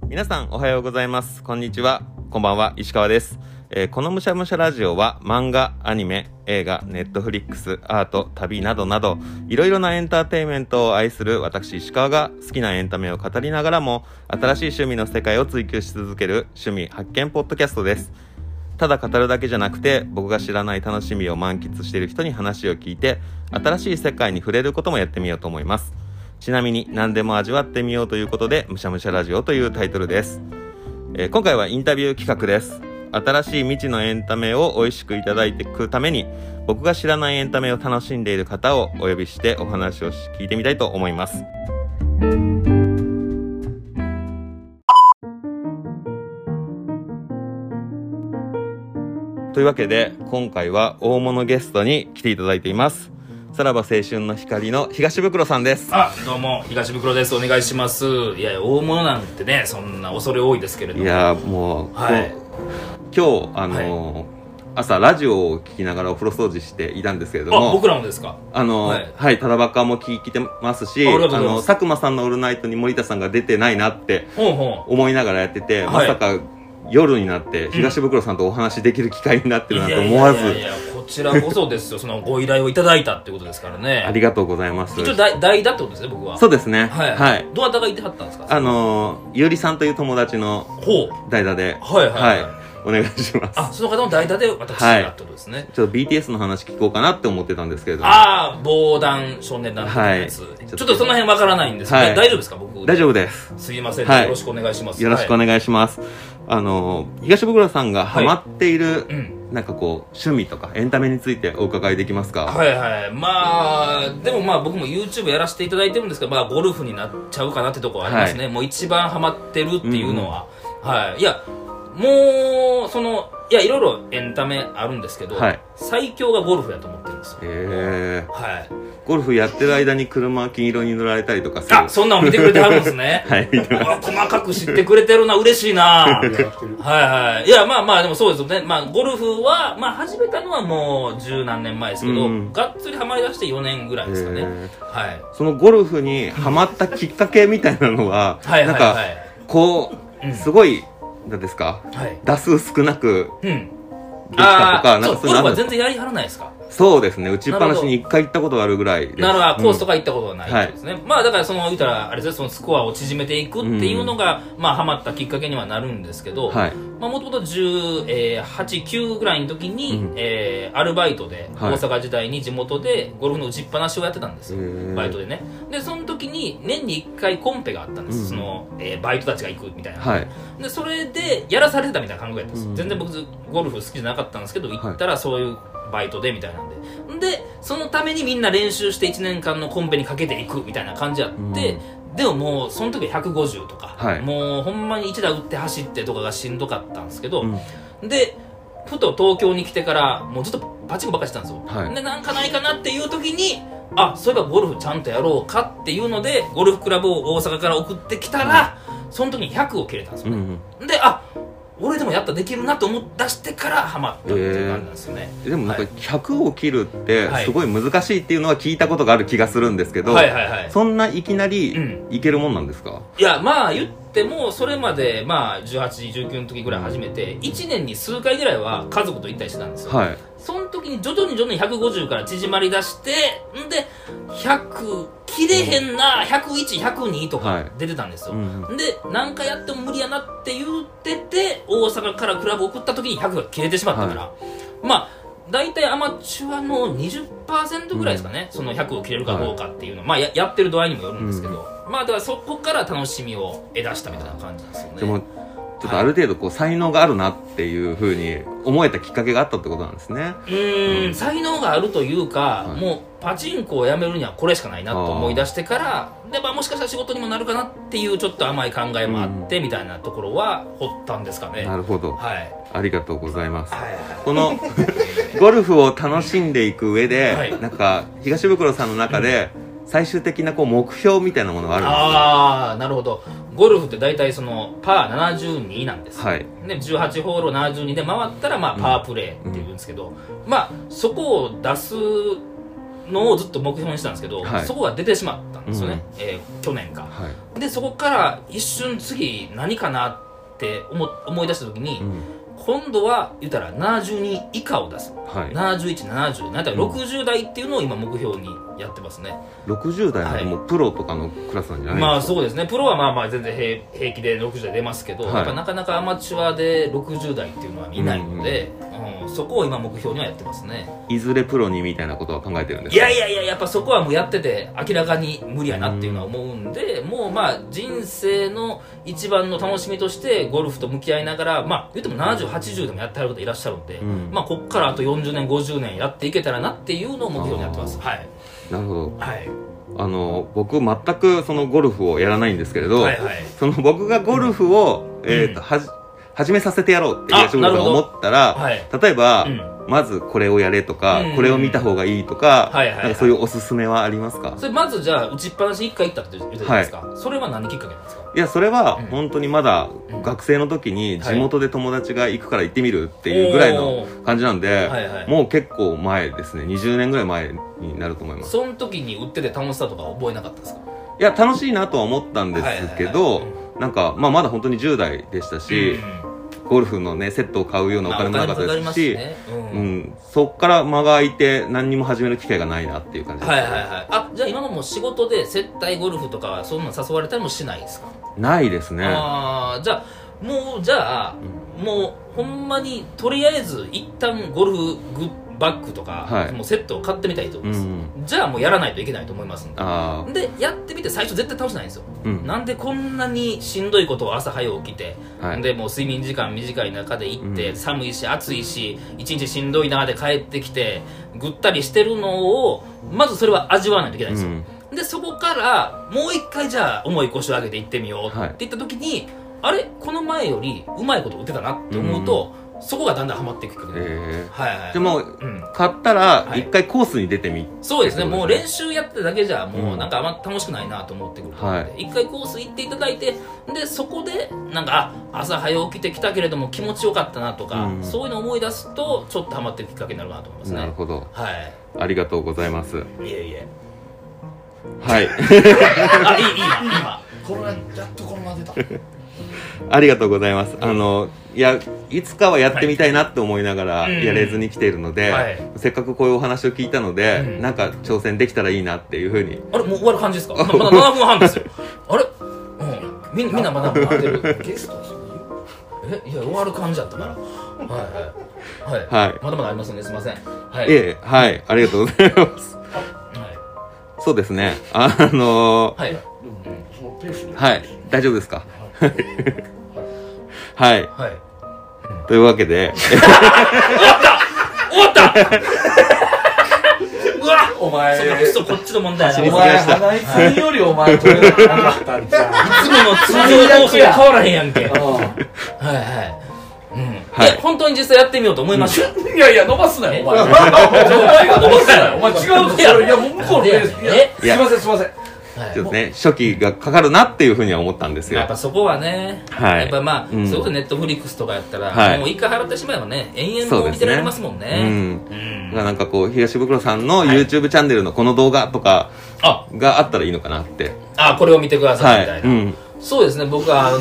皆さんおはようございます。こんにちは。こんばんは。石川です。このむしゃむしゃラジオは漫画、アニメ、映画、ネットフリックス、アート、旅などなどいろいろなエンターテインメントを愛する私石川が好きなエンタメを語りながらも新しい趣味の世界を追求し続ける趣味発見ポッドキャストです。ただ語るだけじゃなくて僕が知らない楽しみを満喫している人に話を聞いて新しい世界に触れることもやってみようと思います。ちなみに何でも味わってみようということでむしゃむしゃラジオというタイトルです。今回はインタビュー企画です。新しい未知のエンタメを美味しくいただいていくために僕が知らないエンタメを楽しんでいる方をお呼びしてお話を聞いてみたいと思います。というわけで今回は大物ゲストに来ていただいています。さらば青春の光の東袋さんです。 どうも東袋です。お願いします。いや大物なんてね、そんな恐れ多いですけれども、 いやもう、はい、今日朝ラジオを聞きながらお風呂掃除していたんですけれども、 僕らもですか？ はい、ただばかも聞いてますし、佐久間さんのオールナイトに森田さんが出てないなって思いながらやってて、まさか夜になって東袋さんとお話できる機会になってるなと思わず、 こちらこそですよ。そのご依頼をいただいたってことですからね。 ありがとうございます。 一応代打ってことですね、僕は。 そうですね。 はい。どなたがいてはったんですか？ ゆりさんという友達の代打で、お願いします。 その方の代打で私がってことですね。 ちょっと BTS の話聞こうかなって思ってたんですけれども、 防弾少年団のやつ、ちょっとその辺わからないんですけど、大丈夫ですか？僕大丈夫です。 すいません、よろしくお願いします。 よろしくお願いします。東袋さんがハマっている、なんかこう趣味とかエンタメについてお伺いできますか？ でも僕も YouTube やらせていただいてるんですけど、ゴルフになっちゃうかなってところはありますね。もう一番ハマってるっていうのは、いやもういろいろエンタメあるんですけど、最強がゴルフやと思ってるんですよ。 ゴルフやってる間に車金色に塗られたりとかする。 そんなの見てくれてはるんですね。 見てます。 細かく知ってくれてるな、嬉しいな。いやでもそうですよね。ゴルフは始めたのはもう十何年前ですけど、がっつりハマりだして4年ぐらいですかね。 そのゴルフにハマったきっかけみたいなのはなんかこうすごいなんですか、打数少なくできたとか、なんかゴルフは全然やりはらないですか？ そうですね、打ちっぱなしに1回行ったことがあるぐらいです。 なるほど、コースとか行ったことがないですね。だから言ったらあれですね、そのスコアを縮めていくっていうのがハマったきっかけにはなるんですけど、もともと18、9ぐらいの時にアルバイトで大阪時代に地元でゴルフの打ちっぱなしをやってたんですよ、バイトでね。でその時に年に1回コンペがあったんです、そのバイトたちが行くみたいな。でそれでやらされてたみたいな感覚やったんです。全然僕ゴルフ好きじゃなかったんですけど、行ったらそういうバイトでみたいなんで、そのためにみんな練習して1年間のコンペにかけていくみたいな感じやって、でももうその時は150とか、もうほんまに1打打って走ってとかがしんどかったんですけど、でふと東京に来てからもうずっとパチンコばっかりしてたんですよ。でなんかないかなっていう時に、そういえばゴルフちゃんとやろうかっていうのでゴルフクラブを大阪から送ってきたら、その時に100を切れたんですよね。で俺でもやったらできるなと思い出してからハマったっていう感じなんですよね。 でもなんか100を切るってすごい難しいっていうのは聞いたことがある気がするんですけど、そんないきなりいけるもんなんですか？ いや言ってもそれまで18、19の時ぐらい始めて1年に数回ぐらいは家族と行ったりしてたんですよ。その時に徐々に150から縮まり出して、で100切れへんな、101、102とか出てたんですよ。で何回やっても無理やなって言ってて、大阪からクラブ送った時に100が切れてしまったから、大体アマチュアの 20% ぐらいですかね、その100を切れるかどうかっていうのは、やってる度合いにもよるんですけど、だからそこから楽しみを得出したみたいな感じですよね。 でもちょっとある程度こう才能があるなっていうふうに思えたきっかけがあったってことなんですね。 才能があるというか、もうパチンコをやめるにはこれしかないなと思い出してから、でもしかしたら仕事にもなるかなっていうちょっと甘い考えもあってみたいなところは掘ったんですかね。 なるほど、ありがとうございます。このゴルフを楽しんでいく上で、なんか東袋さんの中で最終的なこう目標みたいなものがあるんですか？ なるほど。ゴルフって大体そのパー72なんです、で18ホールを72で回ったらパープレーっていうんですけど、そこを出すのをずっと目標にしたんですけど、 はい、 そこが出てしまったんですよね、去年か、はい、でそこから一瞬次何かなって思い出した時に、今度は言ったら70人以下を出す、はい、71、70、なんか60代っていうのを今目標にやってますね。 60代なんてもうプロとかのクラスなんじゃないですか？ まあそうですね、プロはまあまあ全然平気で60代出ますけど、はい、やっぱなかなかアマチュアで60代っていうのは見ないので、そこを今目標にはやってますね。 いずれプロにみたいなことは考えてるんですか？ いややっぱそこはもうやってて明らかに無理やなっていうのは思うんで、もうまあ人生の一番の楽しみとしてゴルフと向き合いながら、まあ言っても70、80でもやってはる方いらっしゃるんで、まあこっからあと40年、50年やっていけたらなっていうのを目標にやってます。はい。 なるほど。 はい。 僕全くそのゴルフをやらないんですけれど、はいはい、その僕がゴルフを、始めさせてやろうって東村さんが思ったら、はい、例えば、まずこれをやれとか、これを見た方がいいとか、なんかそういうおすすめはありますか？ それまずじゃあ打ちっぱなし1回行ったって言ったじゃないですか、はい、それは何きっかけなんですか？ いやそれは本当にまだ学生の時に地元で友達が行くから行ってみるっていうぐらいの感じなんで、もう結構前ですね。20年ぐらい前になると思います。 その時に打ってて楽しさとか覚えなかったですか？ いや楽しいなとは思ったんですけど、なんか、まだ本当に10代でしたし、ゴルフのねセットを買うようなお金もなかったですし、そっから間が空いて何にも始める機会がないなっていう感じです。 あ、じゃあ今もう仕事で接待ゴルフとかはそんな誘われたりもしないですか？ ないですね。 じゃあもうほんまにとりあえず一旦ゴルフバッグとか、もうセットを買ってみたいと思います、じゃあもうやらないといけないと思いますんで、やってみて最初絶対楽しないんですよ、なんでこんなにしんどいことを朝早起きて、でもう睡眠時間短い中で行って、寒いし暑いし一日しんどいなで帰ってきてぐったりしてるのをまずそれは味わわないといけないんですよ、でそこからもう一回じゃあ重い腰を上げて行ってみようっていった時に、あれこの前よりうまいこと打てたなって思うと、そこがだんだんハマっていくきっかけで、 も買ったら一回コースに出てみ、 そうですね、もう練習やっただけじゃもうなんかあんま楽しくないなと思ってくるので、一回コース行っていただいて、でそこでなんか朝早起きてきたけれども気持ちよかったなとか、そういうのを思い出すとちょっとハマっていくきっかけになるかなと思いますね。 なるほど、ありがとうございます。いえはいあ、いい今これやっとこのまま出たありがとうございます。いやいつかはやってみたいなって思いながらやれずに来ているので、せっかくこういうお話を聞いたので、なんか挑戦できたらいいなっていうふうに。 あれもう終わる感じですか？まだ7分半ですよあれ、みんなまだ回ってるゲストいや終わる感じだったからまだまだありますね、すいません。 ありがとうございます。そうですね、大丈夫ですか？というわけで終わったうわお前そこっちの問題お前花井さんよりお前取れなかったんじゃんいつもの通常放送と変わらへんやんけ本当に実際やってみようと思いました。 いや伸ばすなよお前。お前が伸ばすなよお前。違う。いやもう向こうのレース。すいません。 ちょっとね、初期がかかるなっていうふうには思ったんですよ。 やっぱそこはね、やっぱまあ、それこそネットフリックスとかやったら、もう一回払ってしまえばね、延々と見てられますもんね。なんかこう、東袋さんの YouTube チャンネルのこの動画とかがあったらいいのかなって。 これを見てくださいみたいな。そうですね、僕は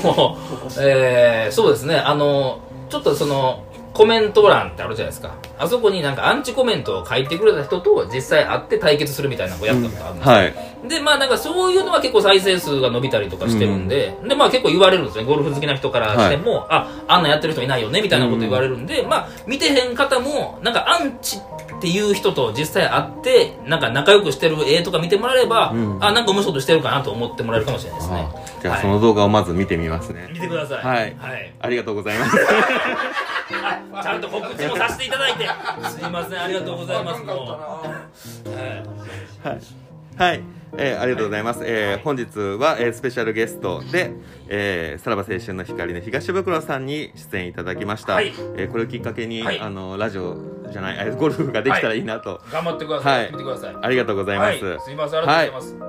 そうですね、ちょっとそのコメント欄ってあるじゃないですか。あそこになんかアンチコメントを書いてくれた人と実際会って対決するみたいなのをやったことあるんですよ、でまあなんかそういうのは結構再生数が伸びたりとかしてるんで、でまあ結構言われるんですね、ゴルフ好きな人からしても、あんなやってる人いないよねみたいなこと言われるんで、まあ見てへん方もなんかアンチっていう人と実際会ってなんか仲良くしてる絵とか見てもらえれば、なんか面白いことしてるかなと思ってもらえるかもしれないですね。 じゃあその動画をまず見てみますね。 見てください。 ありがとうございますちゃんと告知もさせていただいてすいません、ありがとうございます。もうありがとうございます。本日は、スペシャルゲストで、さらば青春の光の東袋さんに出演いただきました。これをきっかけに、ラジオじゃないゴルフができたらいいなと。 頑張ってください。見てください。 ありがとうございます。 すいません、ありがとうございます。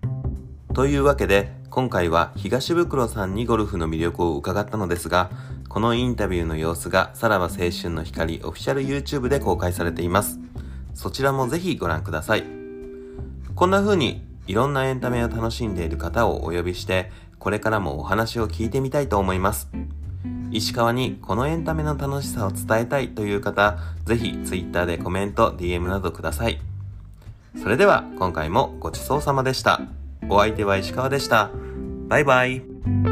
というわけで今回は東袋さんにゴルフの魅力を伺ったのですが、 このインタビューの様子がさらば青春の光オフィシャル YouTube で公開されています。そちらもぜひご覧ください。こんな風にいろんなエンタメを楽しんでいる方をお呼びして、これからもお話を聞いてみたいと思います。石川にこのエンタメの楽しさを伝えたいという方、ぜひ Twitter でコメント、DM などください。それでは今回もごちそうさまでした。お相手は石川でした。バイバイ。